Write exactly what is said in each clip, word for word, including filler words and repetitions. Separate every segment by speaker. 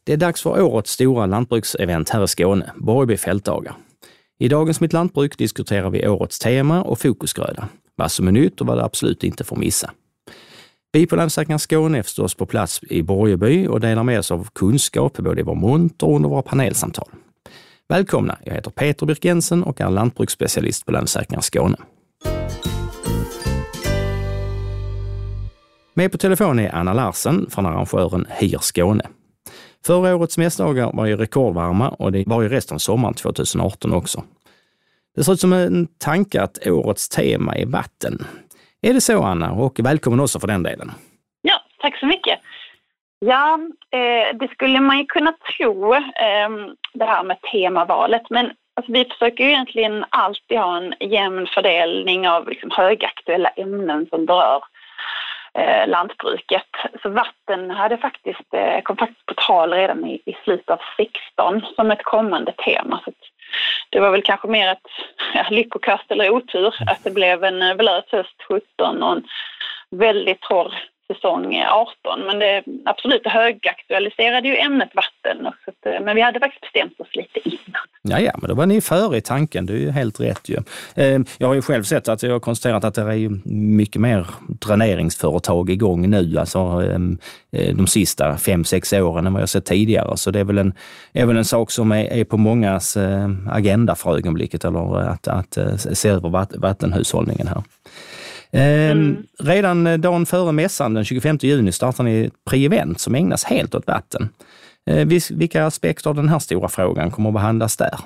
Speaker 1: Det är dags för årets stora lantbruksevent här i Skåne, Borgeby fältdagar. I dagens Mitt lantbruk diskuterar vi årets tema och fokusgröda, vad som är nytt och vad det absolut inte får missa. Vi på Länsstyrelsen Skåne är förstås på plats i Borgeby och delar med oss av kunskap både i vår monter och under våra panelsamtal. Välkomna, jag heter Peter Birk Jensen och är lantbruksspecialist på Länsstyrelsen Skåne. Med på telefon är Anna Larsen från arrangören Hir Skåne. Förra årets mässdagar var ju rekordvarma och det var ju resten av sommaren tjugoarton också. Det ser ut som en tanke att årets tema är vatten. Är det så, Anna? Och välkommen också för den delen.
Speaker 2: Ja, tack så mycket. Ja, eh, det skulle man ju kunna tro, eh, det här med temavalet. Men alltså, vi försöker ju egentligen alltid ha en jämn fördelning av liksom, högaktuella ämnen som berör eh, lantbruket. Så vatten hade faktiskt, eh, kom faktiskt på tal redan i, i slutet av sexton som ett kommande tema. Så det var väl kanske mer ett ja, lyckokast eller otur att det blev en blöt höst sjutton och en väldigt torr säsong arton. Men det absolut högaktualiserade ju ämnet vatten. Och så att, men vi hade faktiskt bestämt oss lite innan.
Speaker 1: Ja, ja, men då var ni före i tanken. Det är ju helt rätt ju. Jag har ju själv sett att jag har konstaterat att det är ju mycket mer dräneringsföretag igång nu. Alltså de sista fem, sex åren än vad jag sett tidigare. Så det är väl en, är väl en sak som är, är på mångas agenda för ögonblicket. Eller att, att se över vattenhushållningen här. Mm. Redan dagen före mässan den tjugofemte juni startar ni ett pre-event som ägnas helt åt vatten. Vilka aspekter av den här stora frågan kommer att behandlas där?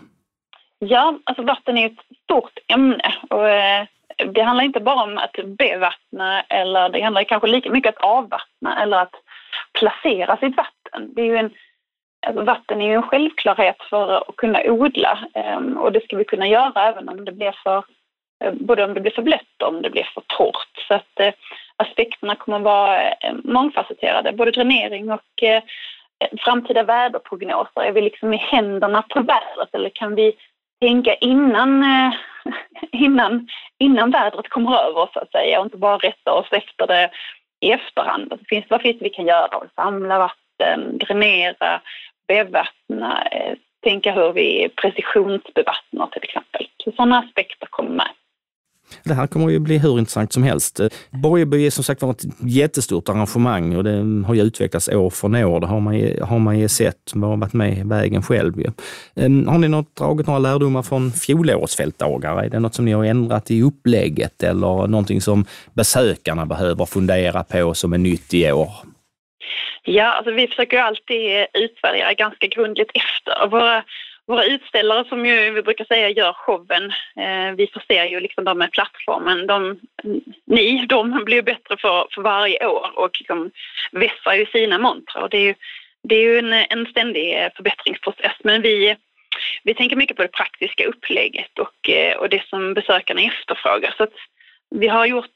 Speaker 2: Ja, alltså vatten är ett stort ämne och det handlar inte bara om att bevattna eller det handlar kanske lika mycket att avvattna eller att placera sitt vatten. Det är ju en, alltså vatten är ju en självklarhet för att kunna odla och det ska vi kunna göra även om det blir för både om det blir för blött och om det blir för torrt. Så att eh, aspekterna kommer att vara eh, mångfacetterade. Både dränering och eh, framtida väderprognoser. Är vi liksom i händerna på vädret eller kan vi tänka innan, eh, innan, innan vädret kommer över så att säga och inte bara rätta oss efter det i efterhand. Det finns, vad finns det vi kan göra? Samla vatten, dränera, bevattna, eh, tänka hur vi precisionsbevattnar till exempel. Så sådana aspekter kommer med.
Speaker 1: Det här kommer ju bli hur intressant som helst. Borgeby är som sagt var ett jättestort arrangemang och det har ju utvecklats år för år. Det har man ju, har man ju sett, man har varit med i vägen själv. Ju. Har ni något, dragit några lärdomar från fjolårets fältdagar? Är det något som ni har ändrat i upplägget eller någonting som besökarna behöver fundera på som är nytt i år?
Speaker 2: Ja, alltså vi försöker ju alltid utvärdera ganska grundligt efter. Våra, våra utställare som ju vi brukar säga gör showen, eh, vi förser ju liksom dem med plattformen. De, ni, de blir bättre för, för varje år och liksom vässar ju sina montrar. Och det är ju, det är ju en, en ständig förbättringsprocess. Men vi, vi tänker mycket på det praktiska upplägget och, och det som besökarna efterfrågar. Så att vi har gjort...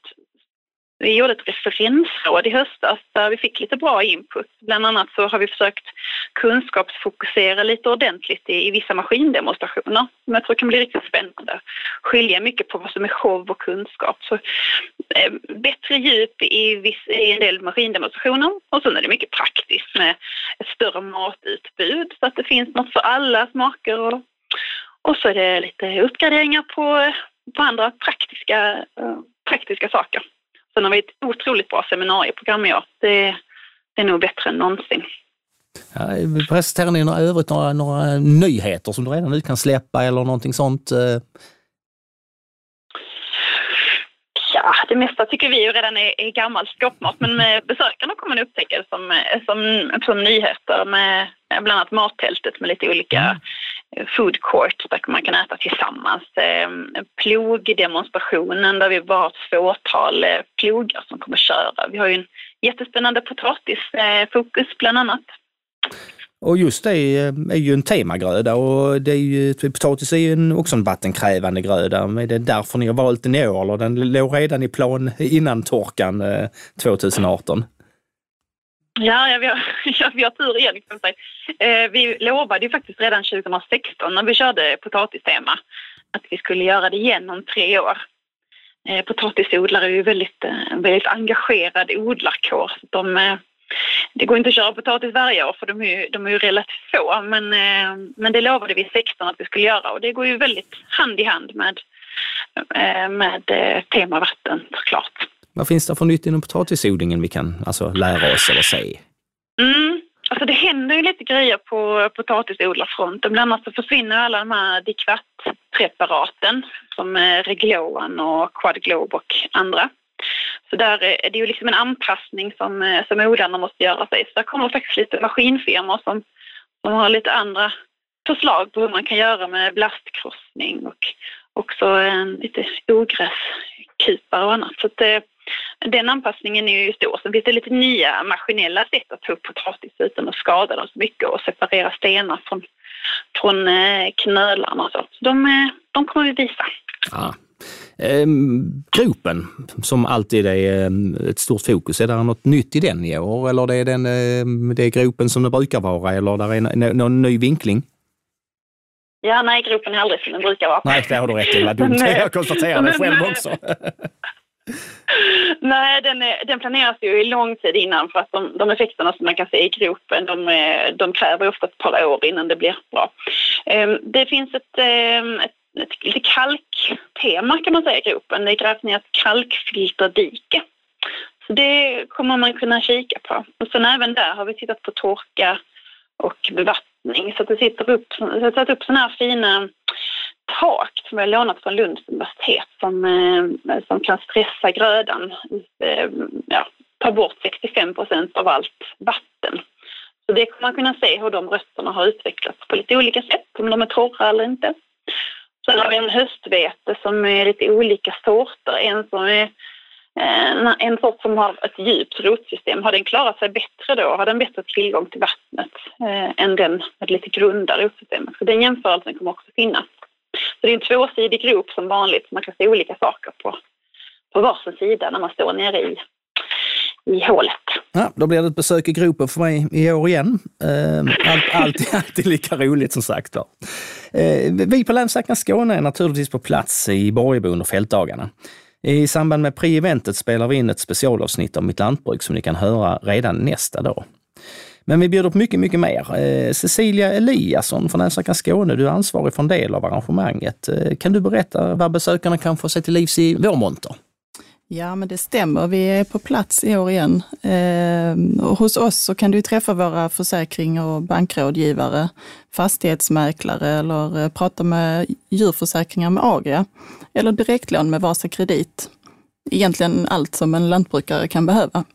Speaker 2: Vi gjorde ett referensråd i höstas där vi fick lite bra input. Bland annat så har vi försökt kunskapsfokusera lite ordentligt i, i vissa maskindemonstrationer. Men jag tror det kan bli riktigt spännande. Skilja mycket på vad som är show och kunskap. Så, eh, bättre djup i, viss, i en del maskindemonstrationer. Och så är det mycket praktiskt med ett större matutbud. Så att det finns något för alla smaker. Och, och så är det lite uppgraderingar på, på andra praktiska, eh, praktiska saker. Sen har vi ett otroligt bra seminarieprogram i år. Det, det är nog bättre än någonsin.
Speaker 1: Ja, presenterar ni några, övrigt, några, några nyheter som du redan nu kan släppa eller någonting sånt?
Speaker 2: Ja, det mesta tycker vi ju redan är, är gammalt skåpmat. Men med besökarna kommer man upptäcka det som, som, som nyheter med bland annat mattältet med lite olika mm. food court där man kan äta tillsammans. Plogdemonstrationen där vi bara har ett fåtal plogar som kommer köra. Vi har ju en jättespännande potatisfokus bland annat.
Speaker 1: Och just det är ju en temagröda och det är ju, potatis är ju en, också en vattenkrävande gröda. Är det därför ni har valt den i år eller den låg redan i plan innan torkan tjugoarton?
Speaker 2: Ja, ja, vi, har, ja vi har tur igen. Kan säga. Eh, vi lovade ju faktiskt redan tjugohundrasexton när vi körde potatistema att vi skulle göra det igen om tre år. Eh, potatisodlare är ju väldigt, eh, väldigt engagerad odlarkår. Så de, eh, det går inte att köra potatis varje år för de är ju, de är ju relativt få. Men, eh, men det lovade vi sexton att vi skulle göra och det går ju väldigt hand i hand med, eh, med eh, tema vatten såklart.
Speaker 1: Vad finns det för nytt inom potatisodlingen vi kan alltså, lära oss eller se?
Speaker 2: Mm. Alltså det händer ju lite grejer på potatisodlarfronten. Bland annat så försvinner alla de här dikvattpreparaten som Regloan och Quadglobe och andra. Så där är det ju liksom en anpassning som, som odlarna måste göra sig. Så där kommer faktiskt lite maskinfirmor som, som har lite andra förslag på hur man kan göra med blastkrossning och också en lite ogräskupar och annat. Så att det, den anpassningen är ju stor. Sen finns det lite nya maskinella sätt att ta upp potatis utan att skada dem så mycket och separera stenar från, från knölarna och så. Så de, de kommer vi visa.
Speaker 1: Ja. Ehm, gropen som alltid är ett stort fokus, är det något nytt i den i år eller det är den, det är gropen som det brukar vara eller där är någon ny vinkling?
Speaker 2: Ja, nej, gropen är aldrig som den brukar vara.
Speaker 1: Nej, det har du rätt till. Vad dumt. Jag konstaterar det själv också.
Speaker 2: Nej, den, är, den planeras ju i lång tid innan för att de, de effekterna som man kan se i gropen, de, de kräver ofta ett par år innan det blir bra. Det finns ett, ett, ett lite kalktema kan man säga i gropen. Det är grävt ner ett kalkfilterdike. Så det kommer man kunna kika på. Och sen även där har vi tittat på torka och bevattning. Så att det sitter upp, så att upp sådana här fina tak som är lånat från Lunds universitet som, eh, som kan stressa grödan. Eh, ja, ta bort sextiofem procent av allt vatten. Så det kommer man kunna se hur de rötterna har utvecklats på lite olika sätt, om de är torra eller inte. Sen har vi en höstvete som är lite olika sorter. En som är eh, en sort som har ett djupt rotsystem. Har den klarat sig bättre då? Har den bättre tillgång till vattnet eh, än den med lite grunda rotsystemet? Så den jämförelsen kommer också finnas. Så det är en tvåsidig grop som vanligt. Man kan se olika saker på, på varsin sida när man står nere i, i hålet.
Speaker 1: Ja, då blir det ett besök i gropen för mig i år igen. Allt, alltid, alltid lika roligt som sagt. Då. Vi på Länsstyrelsen Skåne är naturligtvis på plats i Borgebo under fältdagarna. I samband med pre-eventet spelar vi in ett specialavsnitt om mitt lantbruk som ni kan höra redan nästa dag. Men vi bjuder på mycket, mycket mer. Eh, Cecilia Eliasson från Länsstyrelsen Skåne, du är ansvarig för en del av arrangemanget. Eh, kan du berätta vad besökarna kan få se till livs i vår monter?
Speaker 3: Ja, men det stämmer. Vi är på plats i år igen. Eh, och hos oss så kan du träffa våra försäkring- och bankrådgivare, fastighetsmäklare eller eh, prata med djurförsäkringar med Agria eller direktlån med Vasa Kredit. Egentligen allt som en lantbrukare kan behöva.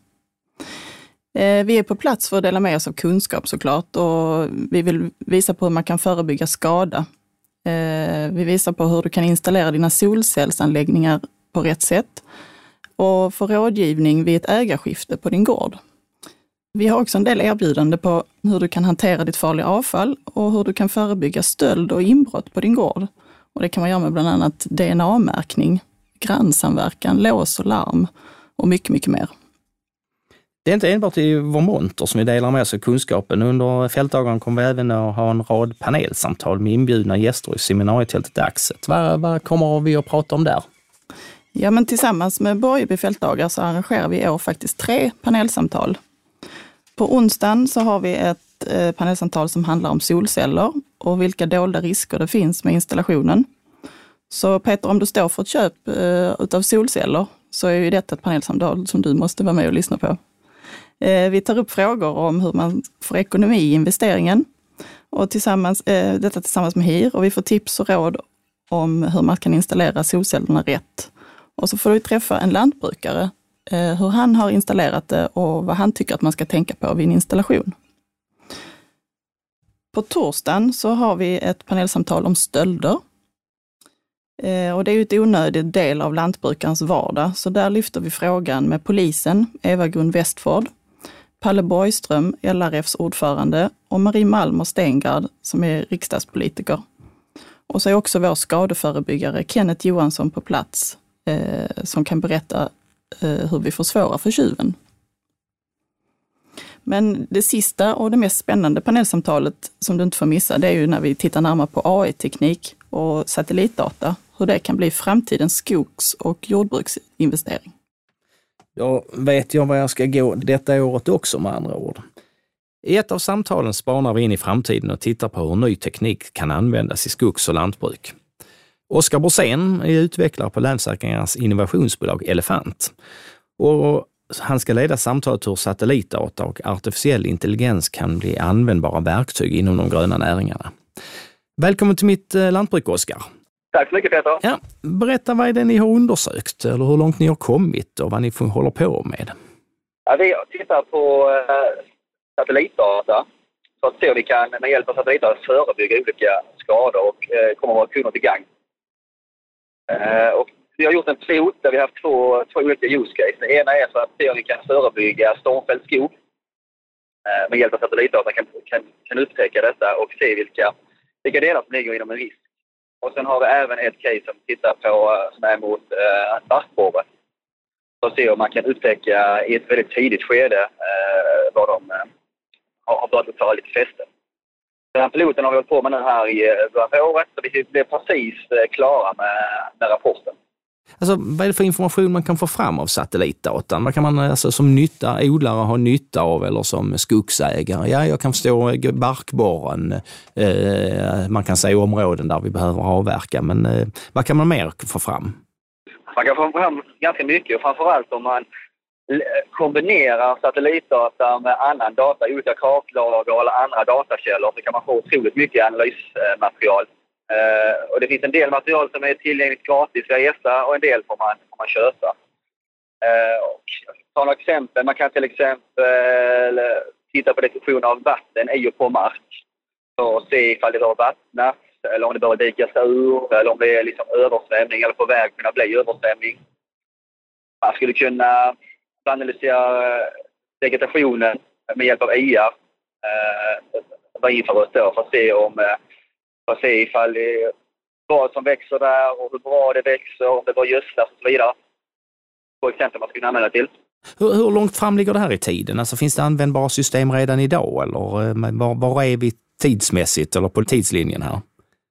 Speaker 3: Vi är på plats för att dela med oss av kunskap såklart och vi vill visa på hur man kan förebygga skada. Vi visar på hur du kan installera dina solcellsanläggningar på rätt sätt och få rådgivning vid ett ägarskifte på din gård. Vi har också en del erbjudande på hur du kan hantera ditt farliga avfall och hur du kan förebygga stöld och inbrott på din gård. Och det kan man göra med bland annat D N A-märkning, grannsamverkan, lås och larm och mycket, mycket mer.
Speaker 1: Det är inte enbart i vår monter som vi delar med oss av kunskapen. Under fältdagen kommer vi även att ha en rad panelsamtal med inbjudna gäster i seminarietältet Daxet. Vad, vad kommer vi att prata om där?
Speaker 3: Ja, men tillsammans med Borgeby fältdagar så arrangerar vi i år faktiskt tre panelsamtal. På onsdagen så har vi ett eh, panelsamtal som handlar om solceller och vilka dolda risker det finns med installationen. Så Peter, om du står för ett köp eh, utav solceller så är ju detta ett panelsamtal som du måste vara med och lyssna på. Vi tar upp frågor om hur man får ekonomi i investeringen och tillsammans, detta tillsammans med H I R och vi får tips och råd om hur man kan installera solcellerna rätt. Och så får du träffa en lantbrukare, hur han har installerat det och vad han tycker att man ska tänka på vid en installation. På torsdagen så har vi ett panelsamtal om stölder. Och det är ju ett onödigt del av lantbrukarens vardag så där lyfter vi frågan med polisen, Eva-Gun Westford, Palle Borgström, L R Fs ordförande och Marie Malmer Stengard som är riksdagspolitiker. Och så är också vår skadeförebyggare Kenneth Johansson på plats eh, som kan berätta eh, hur vi försvårar för tjuven. Men det sista och det mest spännande panelsamtalet som du inte får missa det är ju när vi tittar närmare på A I-teknik och satellitdata, hur det kan bli framtidens skogs- och jordbruksinvestering.
Speaker 1: Ja, vet jag vad jag ska gå detta året också med andra ord. I ett av samtalen spanar vi in i framtiden och tittar på hur ny teknik kan användas i skogs- och lantbruk. Oskar Borsén är utvecklare på Länsförsäkringarnas innovationsbolag Elefant. Och han ska leda samtalet hur satellitdata och artificiell intelligens kan bli användbara verktyg inom de gröna näringarna. Välkommen till mitt lantbruk, Oskar.
Speaker 4: Tack så mycket, Peter.
Speaker 1: Ja, berätta vad är det ni har undersökt eller hur långt ni har kommit och vad ni håller på med.
Speaker 4: Ja, vi tittar på eh, satellitdata för att se om vi kan med hjälp av satellitdata förebygga olika skador och eh, komma våra kunder till gang. Eh, och vi har gjort en pilot där vi har haft två, två olika use case. Det ena är för att se om vi kan förebygga stormfälld skog. Eh, med hjälp av satellitdata kan, kan, kan upptäcka detta och se vilka, vilka delar som ligger inom en risk. Och sen har vi även ett case som tittar på som är mot eh, barkborre. För att se om man kan upptäcka i ett väldigt tidigt skede eh, vad de eh, har börjat ta lite fäste. Den här piloten har vi hållit på med nu här i början på året, så vi blev precis eh, klara med, med rapporten.
Speaker 1: Alltså, vad är det för information man kan få fram av satellitdatan? Vad kan man alltså, som nytta, odlare ha nytta av eller som skogsägare? Ja, jag kan förstå barkborren, eh, man kan säga områden där vi behöver avverka, men eh, vad kan man mer få fram?
Speaker 4: Man kan få fram ganska mycket och framförallt om man kombinerar satellitdata med annan data, olika kartlager eller andra datakällor, så kan man få otroligt mycket analysmaterial. Uh, och det finns en del material som är tillgängligt gratis via E S A och en del får man, får man köpa. Uh, och ta några exempel. Man kan till exempel uh, titta på definition av vatten i och på mark för att se ifall det har vattnat eller om det bör dikas ur eller om det är liksom översvämning eller på väg att kunna bli översvämning. Man skulle kunna analysera vegetationen med hjälp av I R. Uh, vad infrarött då för att se om uh, för att se ifall det är vad som växer där och hur bra det växer, om det var gödslas och så vidare. På exempel man skulle använda till.
Speaker 1: Hur, hur långt fram ligger det här i tiden? Alltså, finns det användbara system redan idag eller var, var är vi tidsmässigt eller på tidslinjen här?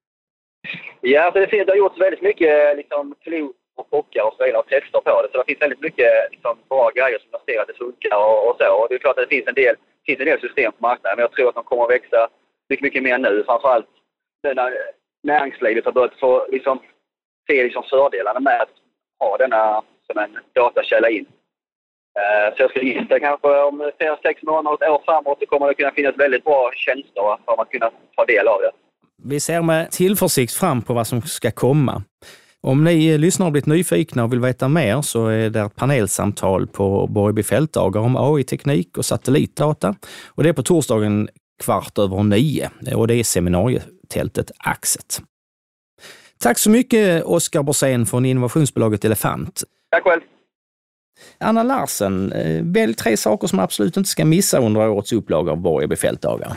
Speaker 4: Ja, alltså det, finns, det har gjorts väldigt mycket liksom, pilot och chockar och så vidare och tester på det. Så det finns väldigt mycket liksom, bra grejer som jag ser att det funkar och, och så. Och det är klart att det finns en, del, finns en del system på marknaden, men jag tror att de kommer att växa mycket, mycket mer nu. Framförallt när näringslivet har börjat få liksom, se liksom fördelarna med att ha denna som en datakälla in. Uh, så jag skulle gissa kanske om fyra, sex månader och ett år framåt så kommer det kunna finnas väldigt bra tjänster för att kunna ta del av det.
Speaker 1: Vi ser med tillförsikt fram på vad som ska komma. Om ni lyssnar och blivit nyfikna och vill veta mer så är det ett panelsamtal på Borrby fältdagar om A I-teknik och satellitdata. Och det är på torsdagen kvart över nio och det är seminarietältet Axet. Tack så mycket Oskar Borsén från innovationsbolaget Elefant.
Speaker 4: Tack själv.
Speaker 1: Anna Larsen, välj tre saker som absolut inte ska missa under årets upplaga av Borrby fältdagar.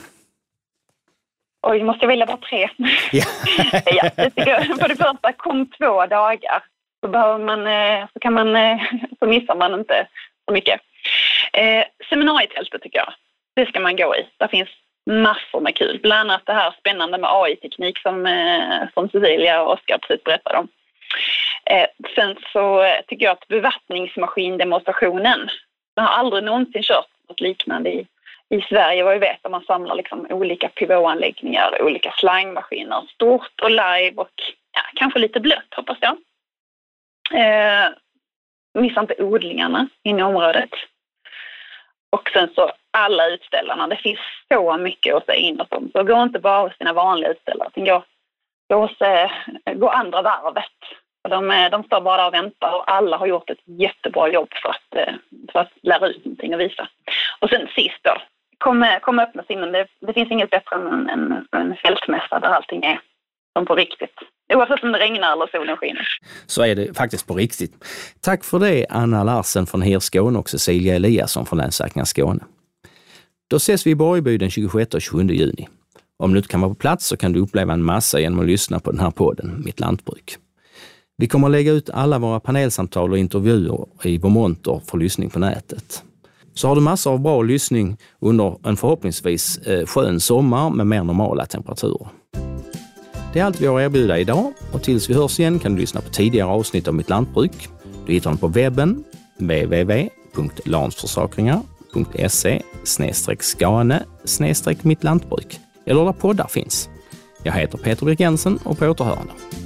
Speaker 2: Oj, måste jag välja bara tre?
Speaker 1: Ja.
Speaker 2: Ja, det tycker jag. För det första, kom två dagar. Så, behöver man, så, kan man, så missar man inte så mycket. Eh, seminarietältet tycker jag. Det ska man gå i. Där finns massor med kul. Bland annat det här spännande med A I-teknik som, eh, som Cecilia och Oskar precis berättade om. Eh, sen så tycker jag att bevattningsmaskindemonstrationen, man har aldrig någonsin kört något liknande i, i Sverige vad vi vet, där man samlar liksom olika pivotanläggningar, olika slangmaskiner, stort och live och ja, kanske lite blött hoppas jag. Eh, missa inte odlingarna inne i området. Och sen så alla utställarna, det finns så mycket att se in om. Så gå inte bara hos sina vanliga utställare, utan gå, gå, se, gå andra varvet. Och de, de står bara och väntar och alla har gjort ett jättebra jobb för att, för att lära ut någonting och visa. Och sen sist då, kom, kom öppna sinnen. Det, det finns inget bättre än en, en fältmässa där allting är som på riktigt. Oavsett om det regnar eller solen skiner.
Speaker 1: Så är det faktiskt på riktigt. Tack för det Anna Larsen från H I R Skåne och Cecilia Eliasson från Länsförsäkringarna Skåne. Då ses vi i Borrby den tjugosjätte och tjugosjunde juni. Om du inte kan vara på plats så kan du uppleva en massa genom att lyssna på den här podden, Mitt lantbruk. Vi kommer att lägga ut alla våra panelsamtal och intervjuer i vår monter för lyssning på nätet. Så har du massor av bra lyssning under en förhoppningsvis eh, skön sommar med mer normala temperaturer. Det är allt vi har att erbjuda idag och tills vi hörs igen kan du lyssna på tidigare avsnitt av Mitt lantbruk. Du hittar den på webben w w w punkt lansförsakringar punkt se snedstreck skane snedstreck mitt lantbruk eller där poddar finns. Jag heter Peter Birk Jensen och på återhörande.